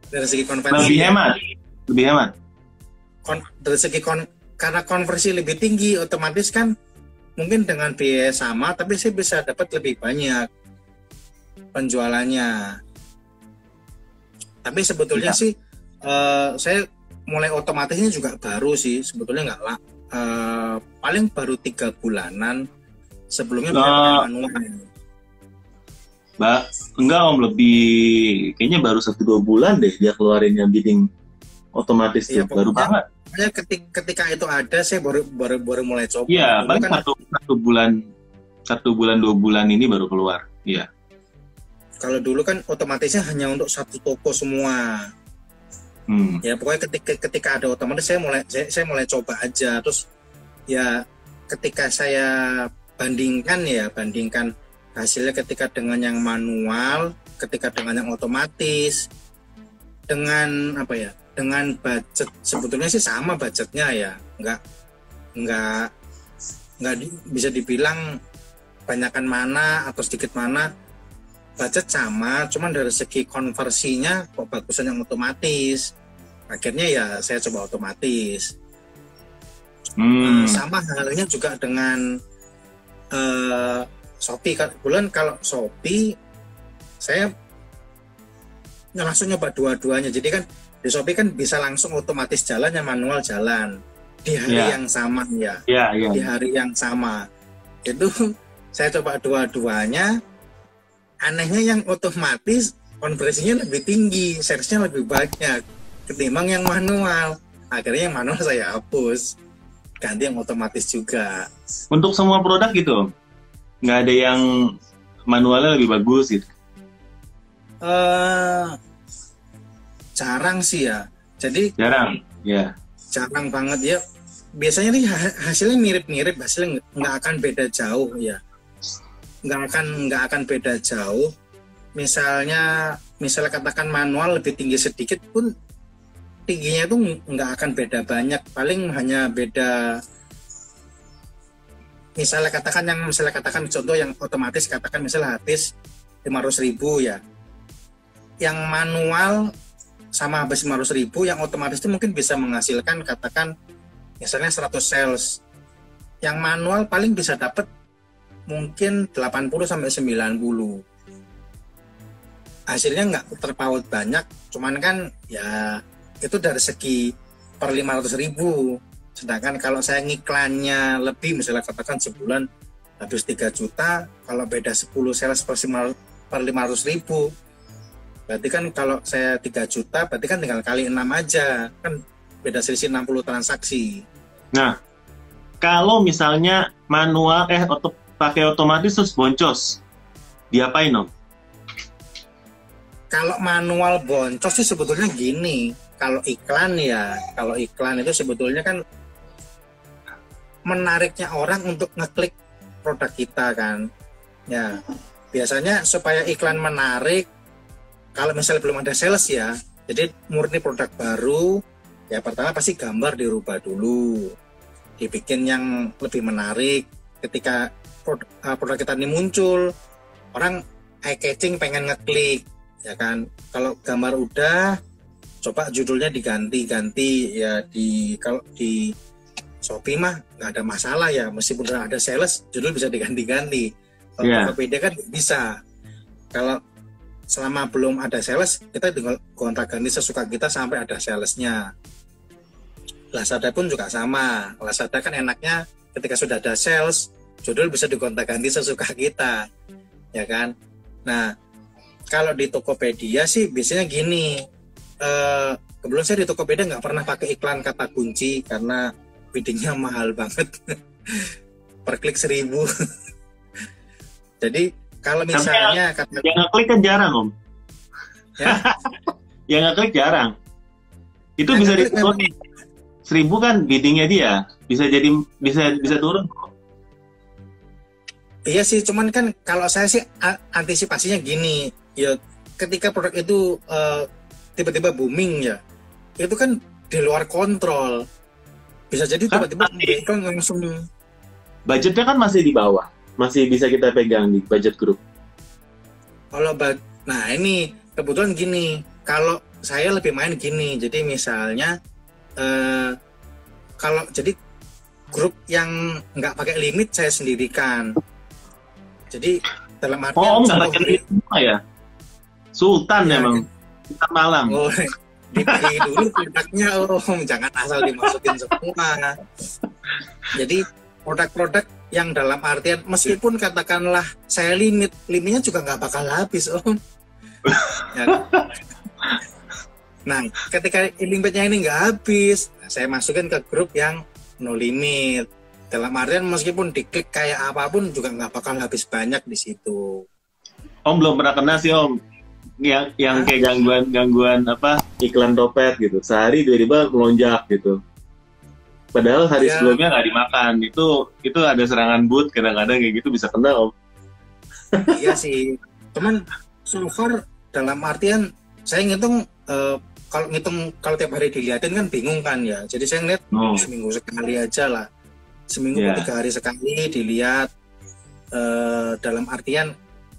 dari segi Lebih konversi ya. hemat, lebih hemat. Kon, dari segi kon, karena konversi lebih tinggi, otomatis kan mungkin dengan biaya sama, tapi saya bisa dapat lebih banyak penjualannya. Tapi sebetulnya Ya. sih uh, saya mulai otomatisnya juga baru sih, sebetulnya nggak lah. Uh, paling baru tiga bulanan. Sebelumnya saya pakai Uh, manual. Mbak, enggak om, lebih kayaknya baru satu dua bulan deh dia keluarin yang bidding otomatis Ya tuh, baru pokoknya, banget. pokoknya ketika, ketika itu ada saya baru baru baru mulai coba. Iya, Dulu paling kan satu satu bulan, satu bulan dua bulan ini baru keluar. Iya. kalau dulu kan otomatisnya hanya untuk satu toko semua. Hmm. Ya pokoknya ketika ketika ada otomatis saya mulai saya, saya mulai coba aja. Terus ya ketika saya bandingkan ya bandingkan hasilnya ketika dengan yang manual, ketika dengan yang otomatis, dengan apa ya, dengan budget sebetulnya sih sama budgetnya ya, nggak nggak nggak di, bisa dibilang banyakkan mana atau sedikit mana, budget sama, cuman dari segi konversinya kok bagusan yang otomatis. Akhirnya ya saya coba otomatis. Hmm. Uh, sama halnya juga dengan uh, Shopee. Kebetulan kalau Shopee saya langsung nyoba dua-duanya. Jadi kan di Shopee kan bisa langsung otomatis jalan, yang manual jalan di hari Yeah. yang sama ya. Yeah, yeah. Di hari yang sama. Itu saya coba dua-duanya. Anehnya yang otomatis konversinya lebih tinggi, salesnya lebih banyak ketimbang yang manual. Akhirnya yang manual saya hapus, ganti yang otomatis juga. Untuk semua produk gitu, nggak ada yang manualnya lebih bagus gitu. Uh, jarang sih ya. Jadi Jarang, ya. jarang banget ya. Biasanya nih hasilnya mirip-mirip, hasilnya nggak akan beda jauh ya. Nggak akan nggak akan beda jauh. Misalnya misalnya katakan manual lebih tinggi sedikit pun tingginya itu nggak akan beda banyak. Paling hanya beda. Misalnya katakan yang misalnya katakan contoh yang otomatis katakan misalnya habis lima ratus ribu ya. Yang manual sama habis lima ratus ribu, yang otomatis itu mungkin bisa menghasilkan katakan misalnya seratus sales. Yang manual paling bisa dapat mungkin delapan puluh sampai sembilan puluh. Hasilnya nggak terpaut banyak, cuman kan ya itu dari segi per lima ratus ribu. Sedangkan kalau saya ngiklannya lebih, misalnya katakan sebulan habis tiga juta, kalau beda sepuluh sales per lima ratus ribu, berarti kan kalau saya tiga juta, berarti kan tinggal kali enam aja, kan beda selisih enam puluh transaksi. Nah, kalau misalnya manual, eh otot, pakai otomatis terus boncos, diapain dong? Kalau manual boncos sih sebetulnya gini, kalau iklan ya, kalau iklan itu sebetulnya kan menariknya orang untuk ngeklik produk kita kan. Ya, biasanya supaya iklan menarik, kalau misalnya belum ada sales ya, jadi murni produk baru, ya pertama pasti gambar dirubah dulu, dibikin yang lebih menarik. Ketika produk, produk kita ini muncul, orang eye catching pengen ngeklik, ya kan. Kalau gambar udah, coba judulnya diganti-ganti ya. Di kalau di Shopee mah nggak ada masalah ya, meskipun udah ada sales, judul bisa diganti-ganti. Kalau Yeah. Tokopedia kan bisa. Kalau selama belum ada sales, kita tinggal gonta-ganti sesuka kita sampai ada salesnya. Lazada pun juga sama. Lazada kan enaknya ketika sudah ada sales, judul bisa digonta-ganti sesuka kita, ya kan. Nah, kalau di Tokopedia sih biasanya gini. Eh, kebetulan saya di Tokopedia nggak pernah pakai iklan kata kunci karena biddingnya mahal banget. Per klik seribu. Jadi kalau misalnya kata, yang ngeklik kan jarang om. ya, Yang ngeklik jarang. Itu yang bisa ngeklik diturun. Seribu kan biddingnya dia, bisa jadi bisa bisa turun. iya sih, cuman kan kalau saya sih a- antisipasinya gini, ya ketika produk itu uh, tiba-tiba booming ya, itu kan di luar kontrol. Bisa jadi Kan tiba-tiba masih- iklan langsung. Budgetnya kan masih di bawah, masih bisa kita pegang di budget grup. Kalau ba- nah ini kebetulan gini, kalau saya lebih main gini. Jadi misalnya eh, kalau jadi grup yang nggak pakai limit saya sendirikan. Jadi dalam artian Oh, om nggak contoh pakai hari- limit semua ya? Sultan Ya, emang. Sultan Malang. oh, dipilih dulu produknya om, jangan asal dimasukin semua. Jadi produk-produk yang dalam artian meskipun katakanlah saya limit, limitnya juga nggak bakal habis om. Ya. Nah, ketika limitnya ini nggak habis, nah, saya masukin ke grup yang no limit. Dalam artian meskipun diklik kayak apapun juga nggak bakal habis banyak di situ. Om belum pernah kena sih om. Yang yang kayak gangguan gangguan apa iklan dompet gitu. Sehari tiba-tiba melonjak gitu. Padahal hari Ya. sebelumnya nggak dimakan. Itu itu ada serangan boot kadang-kadang kayak gitu bisa kena om. Iya sih. Cuman so far dalam artian saya ngitung eh, kalau ngitung kalau tiap hari dilihatin kan bingung kan ya. Jadi saya ngeliat Oh. seminggu sekali aja lah. Seminggu Iya. atau tiga hari sekali dilihat eh, dalam artian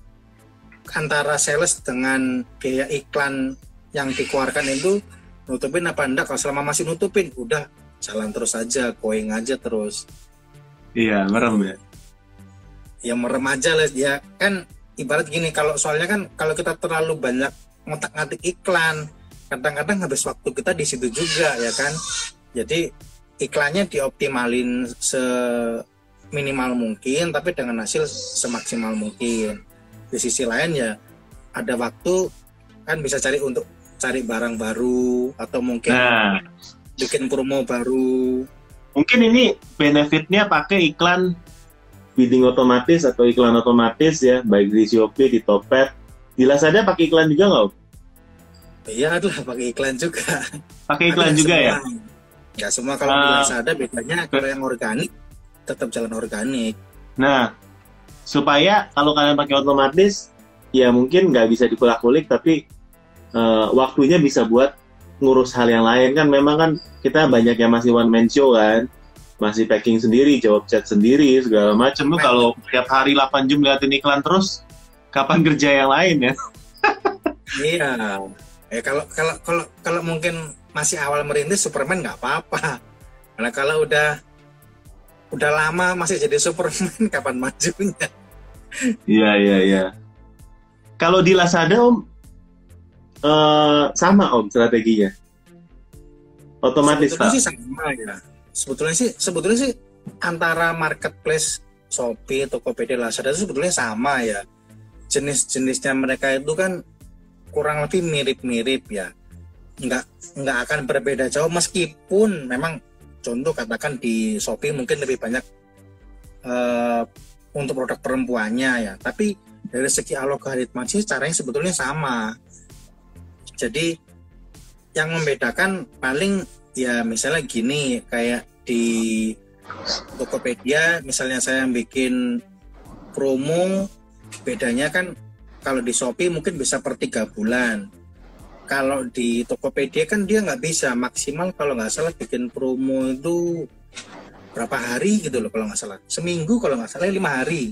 antara sales dengan biaya iklan yang dikeluarkan itu nutupin apa enggak. Kalau selama masih nutupin udah jalan terus aja, going aja terus. Iya, merem ya. Ya merem aja lah ya kan, ibarat gini, kalau soalnya kan kalau kita terlalu banyak ngotak-ngatik iklan kadang-kadang habis waktu kita di situ juga ya kan. Jadi iklannya dioptimalin seminimal mungkin tapi dengan hasil semaksimal mungkin. Di sisi lain ya ada waktu kan bisa cari untuk cari barang baru atau mungkin Nah, bikin promo baru. mungkin ini benefitnya pakai iklan bidding otomatis atau iklan otomatis ya, baik di Shopee, di Topet, di Lazada pakai iklan juga nggak om? Iya adalah pakai iklan juga. Pakai iklan Ada juga ya? semua. Nggak semua, kalau di Ah. Lazada bedanya kalau yang organik tetap jalan organik. Nah, supaya kalau kalian pakai otomatis, ya mungkin nggak bisa dikulak-kulik, tapi eh, waktunya bisa buat ngurus hal yang lain kan. Memang kan kita banyak yang masih one man show kan, masih packing sendiri, jawab chat sendiri, segala macam. Lu kalau tiap hari delapan jam liatin iklan terus, kapan kerja yang lain ya? Iya. Eh kalau kalau kalau kalau mungkin masih awal merintis Superman nggak apa-apa. Karena kalau udah udah lama masih jadi Superman kapan majunya? Iya, iya, iya. Kalau di Lazada om, eh, sama om strateginya. Otomatis Sebetulnya Pak. sih sama ya. Sebetulnya sih sebetulnya sih antara marketplace Shopee, Tokopedia, Lazada itu sebetulnya sama ya. Jenis-jenisnya mereka itu kan kurang lebih mirip-mirip ya. Nggak nggak akan berbeda jauh meskipun memang contoh katakan di Shopee mungkin lebih banyak eh, untuk produk perempuannya ya. Tapi dari segi algoritma sih caranya sebetulnya sama. Jadi yang membedakan paling ya misalnya gini, kayak di Tokopedia misalnya saya bikin promo, bedanya kan kalau di Shopee mungkin bisa per tiga bulan. Kalau di Tokopedia kan dia nggak bisa, maksimal kalau nggak salah bikin promo itu berapa hari gitu loh kalau nggak salah. Seminggu kalau nggak salah lima hari.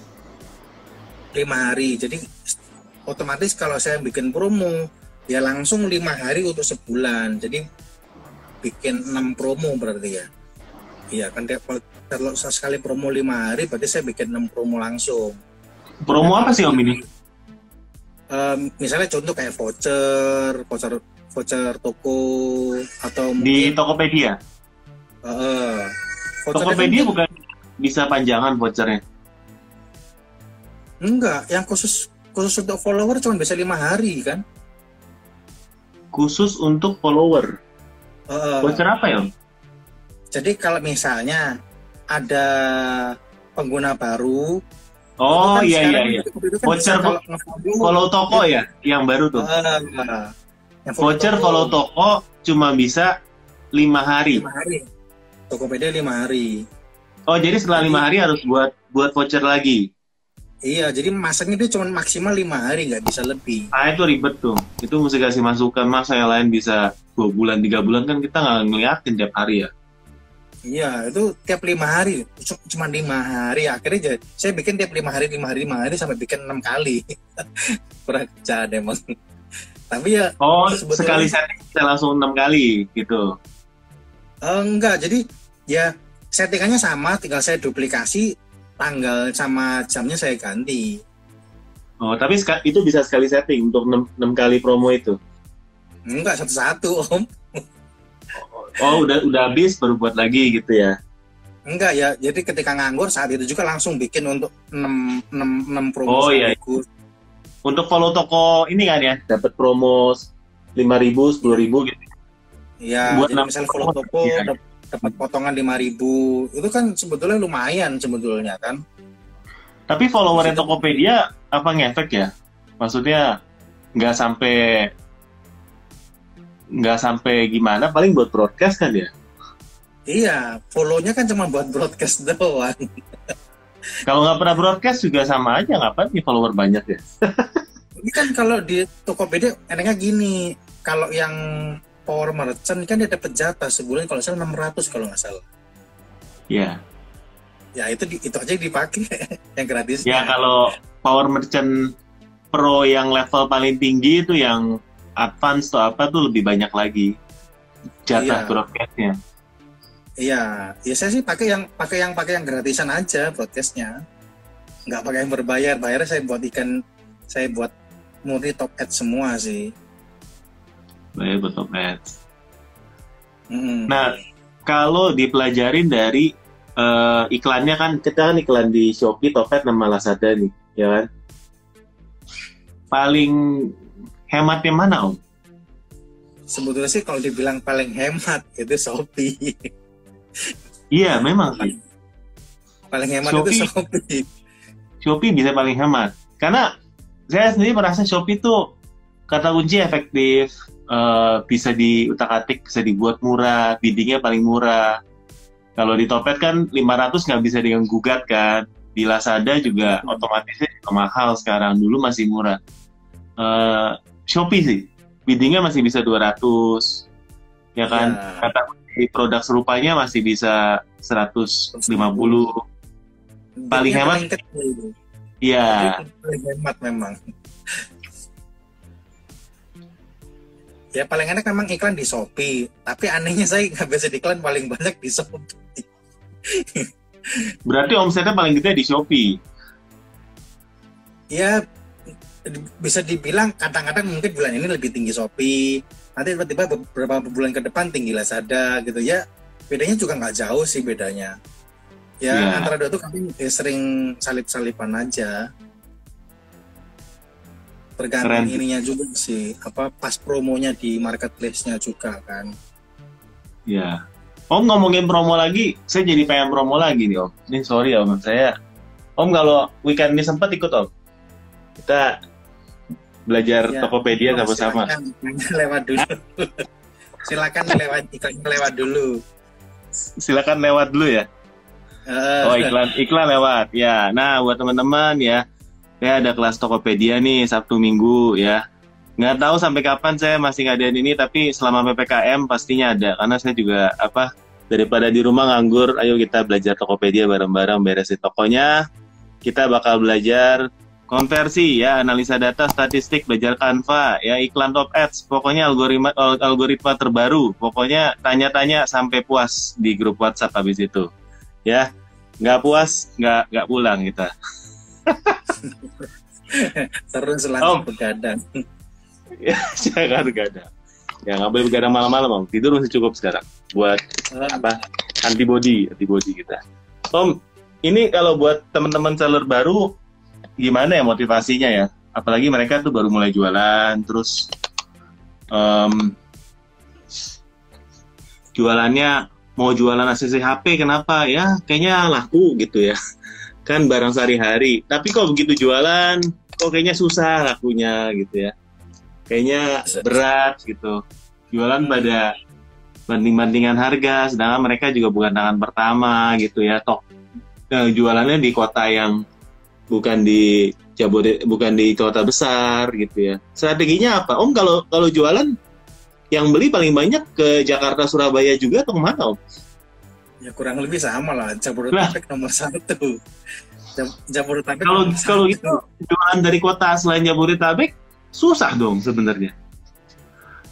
Lima hari. Jadi otomatis kalau saya bikin promo ya langsung lima hari untuk sebulan. Jadi bikin enam promo berarti ya. Iya kan dia- kalau kalau sekali promo lima hari berarti saya bikin enam promo langsung. Promo apa sih om ini? Em, misalnya contoh kayak voucher, voucher voucher toko atau Di mungkin Tokopedia? eh, voucher Tokopedia kan- bukan bisa panjangan vouchernya? enggak, yang khusus khusus untuk follower cuma bisa lima hari kan. Khusus untuk follower. Eh, Voucher apa ya om? jadi kalau misalnya ada pengguna baru, Oh itu kan iya iya sekarang iya. itu kan bisa Voucher kalau nge-follow, Follow toko ya, yang baru tuh. eh, yang Voucher follow toko cuma bisa lima hari. lima hari. Tokopedia lima hari. Oh jadi setelah lima hari harus buat buat voucher lagi. Iya, jadi masaknya itu cuma maksimal lima hari, nggak bisa lebih. Ah itu ribet tuh. Itu mesti kasih masukan, masa yang lain bisa dua bulan tiga bulan kan kita nggak ngeliatin tiap hari ya. Iya, itu tiap lima hari, C- cuma lima hari. Akhirnya jadi, saya bikin tiap lima hari, lima hari, lima hari sampai bikin enam kali. Kurang kerjaan emang. Tapi ya Oh, sebetulnya sekali setting bisa langsung enam kali gitu. eh, enggak. Jadi ya settingannya sama, tinggal saya duplikasi tanggal sama jamnya saya ganti. Oh, tapi seka- itu bisa sekali setting untuk enam enam kali promo itu. Enggak satu-satu Om. Oh, udah udah habis baru buat lagi gitu ya. Enggak ya. Jadi ketika nganggur saat itu juga langsung bikin untuk enam, enam, enam promo Oh iya. sekaligus. Untuk follow toko ini kan ya, dapat promo lima ribu, sepuluh ribu gitu. Ya, Buat jadi enam misalnya promo, follow toko iya. dap- dapat potongan lima ribu. Itu kan sebetulnya lumayan sebetulnya kan. Tapi followernya Tokopedia apa ngefek ya? Maksudnya nggak sampai nggak sampai gimana, paling buat broadcast kan ya? Iya, follow-nya kan cuma buat broadcast doang. Kalau nggak pernah broadcast juga sama aja, ngapain nih follower banyak ya? Ini kan kalau di Tokopedia enaknya gini, kalau yang power merchant kan dia dapat jatah sebulan kalau salah enam ratus kalau nggak salah. Ya, Ya itu di- itu aja dipakai yang gratis. ya kalau power merchant pro yang level paling tinggi itu yang advance atau apa tuh lebih banyak lagi jatah Iya. broadcastnya. Iya, ya saya sih pakai yang pakai yang pakai yang gratisan aja broadcastnya. Nggak pakai yang berbayar. Bayarnya saya buat ikan, saya buat murni top ad semua sih. Bayar buat top ads. Mm-mm. Nah, kalau dipelajarin dari eh, iklannya kan, kita kan iklan di Shopee, Topet, sama Lazada nih, ya kan? Paling hematnya mana, Om? Sebetulnya sih kalau dibilang paling hemat itu Shopee. Iya, memang sih. Paling hemat Shopee. itu Shopee. Shopee bisa paling hemat. Karena saya sendiri merasa Shopee tuh kata kunci efektif, eh, bisa diutak-atik, bisa dibuat murah, biddingnya paling murah. Kalau di Topet kan lima ratus nggak bisa dengan gugat kan. Di Lazada juga Hmm. otomatisnya juga mahal sekarang. Dulu masih murah. Eh, Shopee sih, biddingnya masih bisa dua ratus. Ya kan? Ya. Kata kunci produk serupanya masih bisa seratus lima puluh. Paling Biddingnya hemat? paling kecil. Iya. Tapi paling hemat memang. Ya paling enak memang iklan di Shopee. Tapi anehnya saya nggak bisa iklan paling banyak di Shopee. Berarti omsetnya paling gede di Shopee. Ya bisa dibilang kadang-kadang mungkin bulan ini lebih tinggi Shopee. Nanti tiba-tiba beberapa bulan ke depan tinggi Lazada gitu ya. Bedanya juga nggak jauh sih bedanya. Ya Ya. antara dua itu kami ya, sering salip-salipan aja. Tergantung Keren. ininya juga sih, apa pas promonya di marketplace-nya juga kan. Ya. Om ngomongin promo lagi, saya jadi pengen promo lagi nih Om. Ini sorry Om, saya. Om kalau weekend ini sempat ikut Om. Kita belajar Ya, Tokopedia oh, sama-sama. Silakan lewat dulu. Silakan lewat iklan lewat dulu. Silakan lewat dulu ya. Eh, Oh iklan iklan lewat ya. Nah buat teman-teman ya, saya ada kelas Tokopedia nih Sabtu Minggu ya. Nggak tahu sampai kapan saya masih ngadain ini, tapi selama P P K M pastinya ada. Karena saya juga apa daripada di rumah nganggur, ayo kita belajar Tokopedia bareng-bareng, beresin tokonya. Kita bakal belajar konversi ya, analisa data, statistik, belajar Canva ya, iklan top ads, pokoknya algoritma algoritma terbaru. Pokoknya tanya-tanya sampai puas di grup WhatsApp habis itu. Ya, nggak puas, nggak nggak pulang kita. terus Om. langsung begadang. Ya, jangan begadang. Ya nggak boleh begadang malam-malam, Om. Tidur masih cukup sekarang. Buat Eh, apa? Antibody, antibody kita. Om, ini kalau buat teman-teman seller baru, gimana ya motivasinya ya? Apalagi mereka tuh baru mulai jualan, terus em, jualannya mau jualan A C C H P, kenapa ya? Kayaknya laku gitu ya. Kan barang sehari-hari. Tapi kok begitu jualan, kok kayaknya susah lakunya gitu ya. Kayaknya berat gitu. Jualan pada banding-bandingan harga, sedangkan mereka juga bukan tangan pertama gitu ya. Tok eh, jualannya di kota yang bukan di Jabode, bukan di kota besar gitu ya. Strateginya apa? Om kalau kalau jualan yang beli paling banyak ke Jakarta, Surabaya juga atau kemana Om? ya kurang lebih sama lah. Jabodetabek nomor satu. Jab- Jabodetabek Kalau nomor kalau satu. itu jualan dari kota selain Jabodetabek susah dong sebenarnya.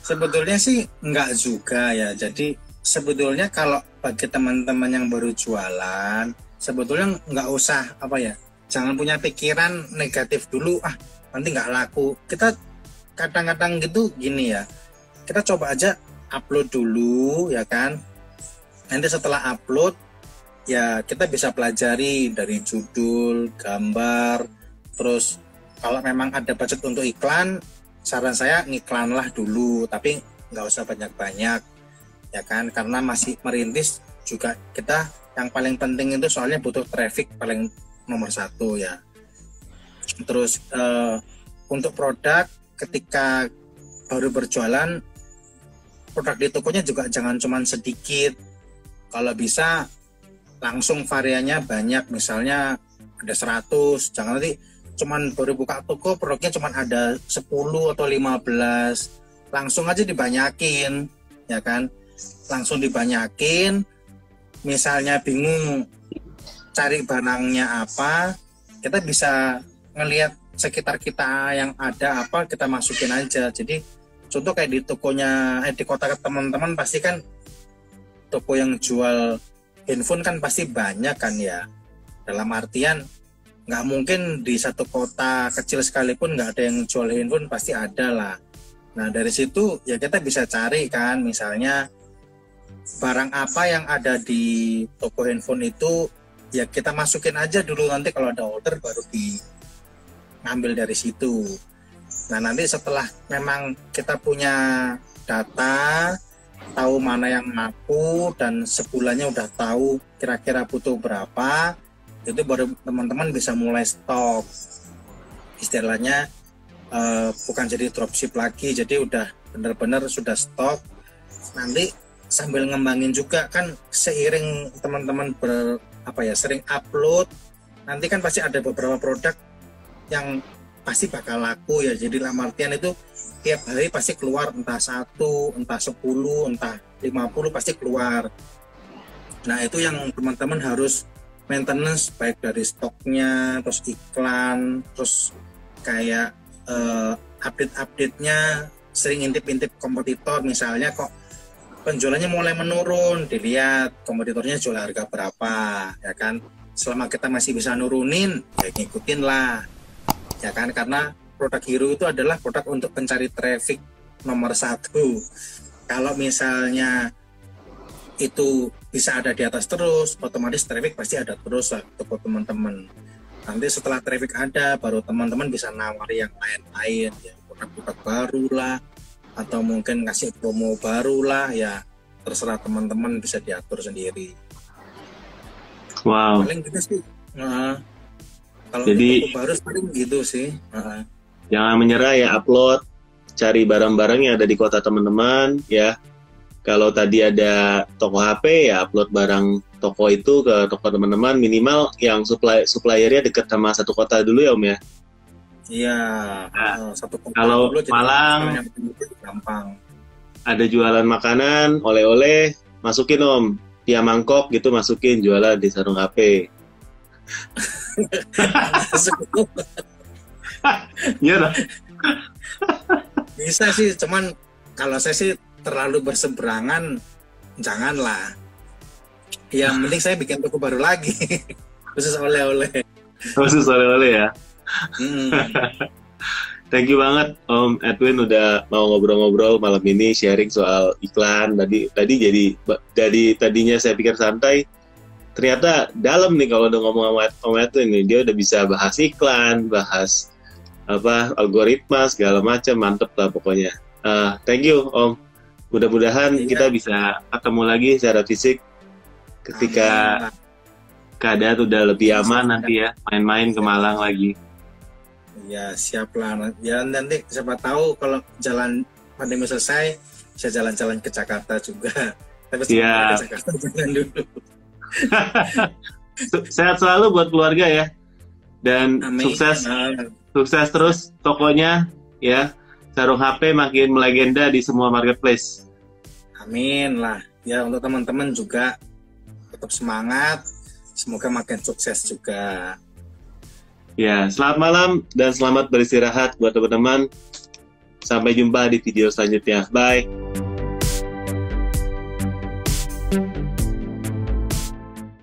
Sebetulnya sih enggak juga ya. Jadi sebetulnya kalau bagi teman-teman yang baru jualan, sebetulnya nggak usah apa ya, jangan punya pikiran negatif dulu, ah nanti nggak laku. Kita kadang-kadang gitu gini ya, kita coba aja upload dulu ya kan. Nanti setelah upload ya kita bisa pelajari dari judul, gambar, terus kalau memang ada budget untuk iklan, saran saya ngiklanlah dulu, tapi nggak usah banyak-banyak ya kan, karena masih merintis juga. Kita yang paling penting itu soalnya butuh traffic paling nomor satu ya. Terus eh, untuk produk ketika baru berjualan, produk di tokonya juga jangan cuman sedikit, kalau bisa langsung variannya banyak, misalnya ada seratus, jangan nanti cuman baru buka toko produknya cuman ada sepuluh atau lima belas, langsung aja dibanyakin ya kan, langsung dibanyakin. Misalnya bingung cari barangnya apa, kita bisa ngelihat sekitar kita yang ada apa, kita masukin aja. Jadi contoh kayak di tokonya eh, di kota teman-teman pasti kan toko yang jual handphone kan pasti banyak kan ya, dalam artian nggak mungkin di satu kota kecil sekalipun nggak ada yang jual handphone, pasti ada lah. Nah dari situ ya kita bisa cari kan, misalnya barang apa yang ada di toko handphone itu ya kita masukin aja dulu, nanti kalau ada order baru diambil dari situ. Nah nanti setelah memang kita punya data, tahu mana yang laku dan sebulannya udah tahu kira-kira butuh berapa, itu baru teman-teman bisa mulai stok. Istilahnya eh, bukan jadi dropship lagi, jadi udah benar-benar sudah stok. Nanti sambil ngembangin juga kan, seiring teman-teman ber apa ya sering upload, nanti kan pasti ada beberapa produk yang pasti bakal laku ya. Jadi dalam artian itu tiap hari pasti keluar entah satu, entah sepuluh, entah lima puluh pasti keluar. Nah itu yang teman-teman harus maintenance, baik dari stoknya, terus iklan, terus kayak uh, update-update-nya, sering intip-intip kompetitor. Misalnya kok penjualannya mulai menurun, dilihat kompetitornya jual harga berapa ya kan. Selama kita masih bisa nurunin ya ngikutin lah ya kan, karena produk hero itu adalah produk untuk pencari traffic nomor satu. Kalau misalnya itu bisa ada di atas terus, otomatis traffic pasti ada terus lah untuk teman-teman. Nanti setelah traffic ada, baru teman-teman bisa nawari yang lain-lain ya, produk-produk baru lah, atau mungkin ngasih promo baru lah ya, terserah teman-teman, bisa diatur sendiri. Wow. Paling gitu sih. Nah, kalau jadi baru paling gitu sih. Nah. Jangan menyerah ya, upload, cari barang-barang yang ada di kota teman-teman ya. Kalau tadi ada toko H P ya upload barang toko itu ke toko teman-teman, minimal yang supply suppliernya dekat sama satu kota dulu ya Om ya. Iya. Nah, satu kota kalau dulu, Malang gampang. Ada jualan makanan, oleh-oleh, masukin Om, via mangkok gitu, masukin jualan di sarung H P. Iya lah. Bisa sih, cuman kalau saya sih terlalu berseberangan, janganlah. Yang penting saya bikin toko baru lagi, khusus oleh-oleh. Khusus oleh-oleh ya. Hmm. Thank you banget Om Edwin udah mau ngobrol-ngobrol malam ini, sharing soal iklan. Tadi tadi jadi dari tadinya saya pikir santai, ternyata dalam nih kalau udah ngomong sama Om Edwin nih, dia udah bisa bahas iklan, bahas apa algoritma segala macam, mantep lah pokoknya. Uh, thank you Om. Mudah-mudahan iya. kita bisa ketemu lagi secara fisik ketika Amin. keadaan udah lebih aman nanti ya, main-main ke Malang lagi. Ya siap lah. Ya nanti siapa tahu kalau jalan pandemi selesai bisa jalan-jalan ke Jakarta juga. Tapi ya. ke Jakarta jangan dulu. Sehat selalu buat keluarga ya. Dan Amin. sukses. Amin. Sukses terus tokonya ya. Sarung H P makin melegenda di semua marketplace. Amin lah. Ya untuk teman-teman juga tetap semangat. Semoga makin sukses juga. Ya, selamat malam dan selamat beristirahat buat teman-teman. Sampai jumpa di video selanjutnya. Bye.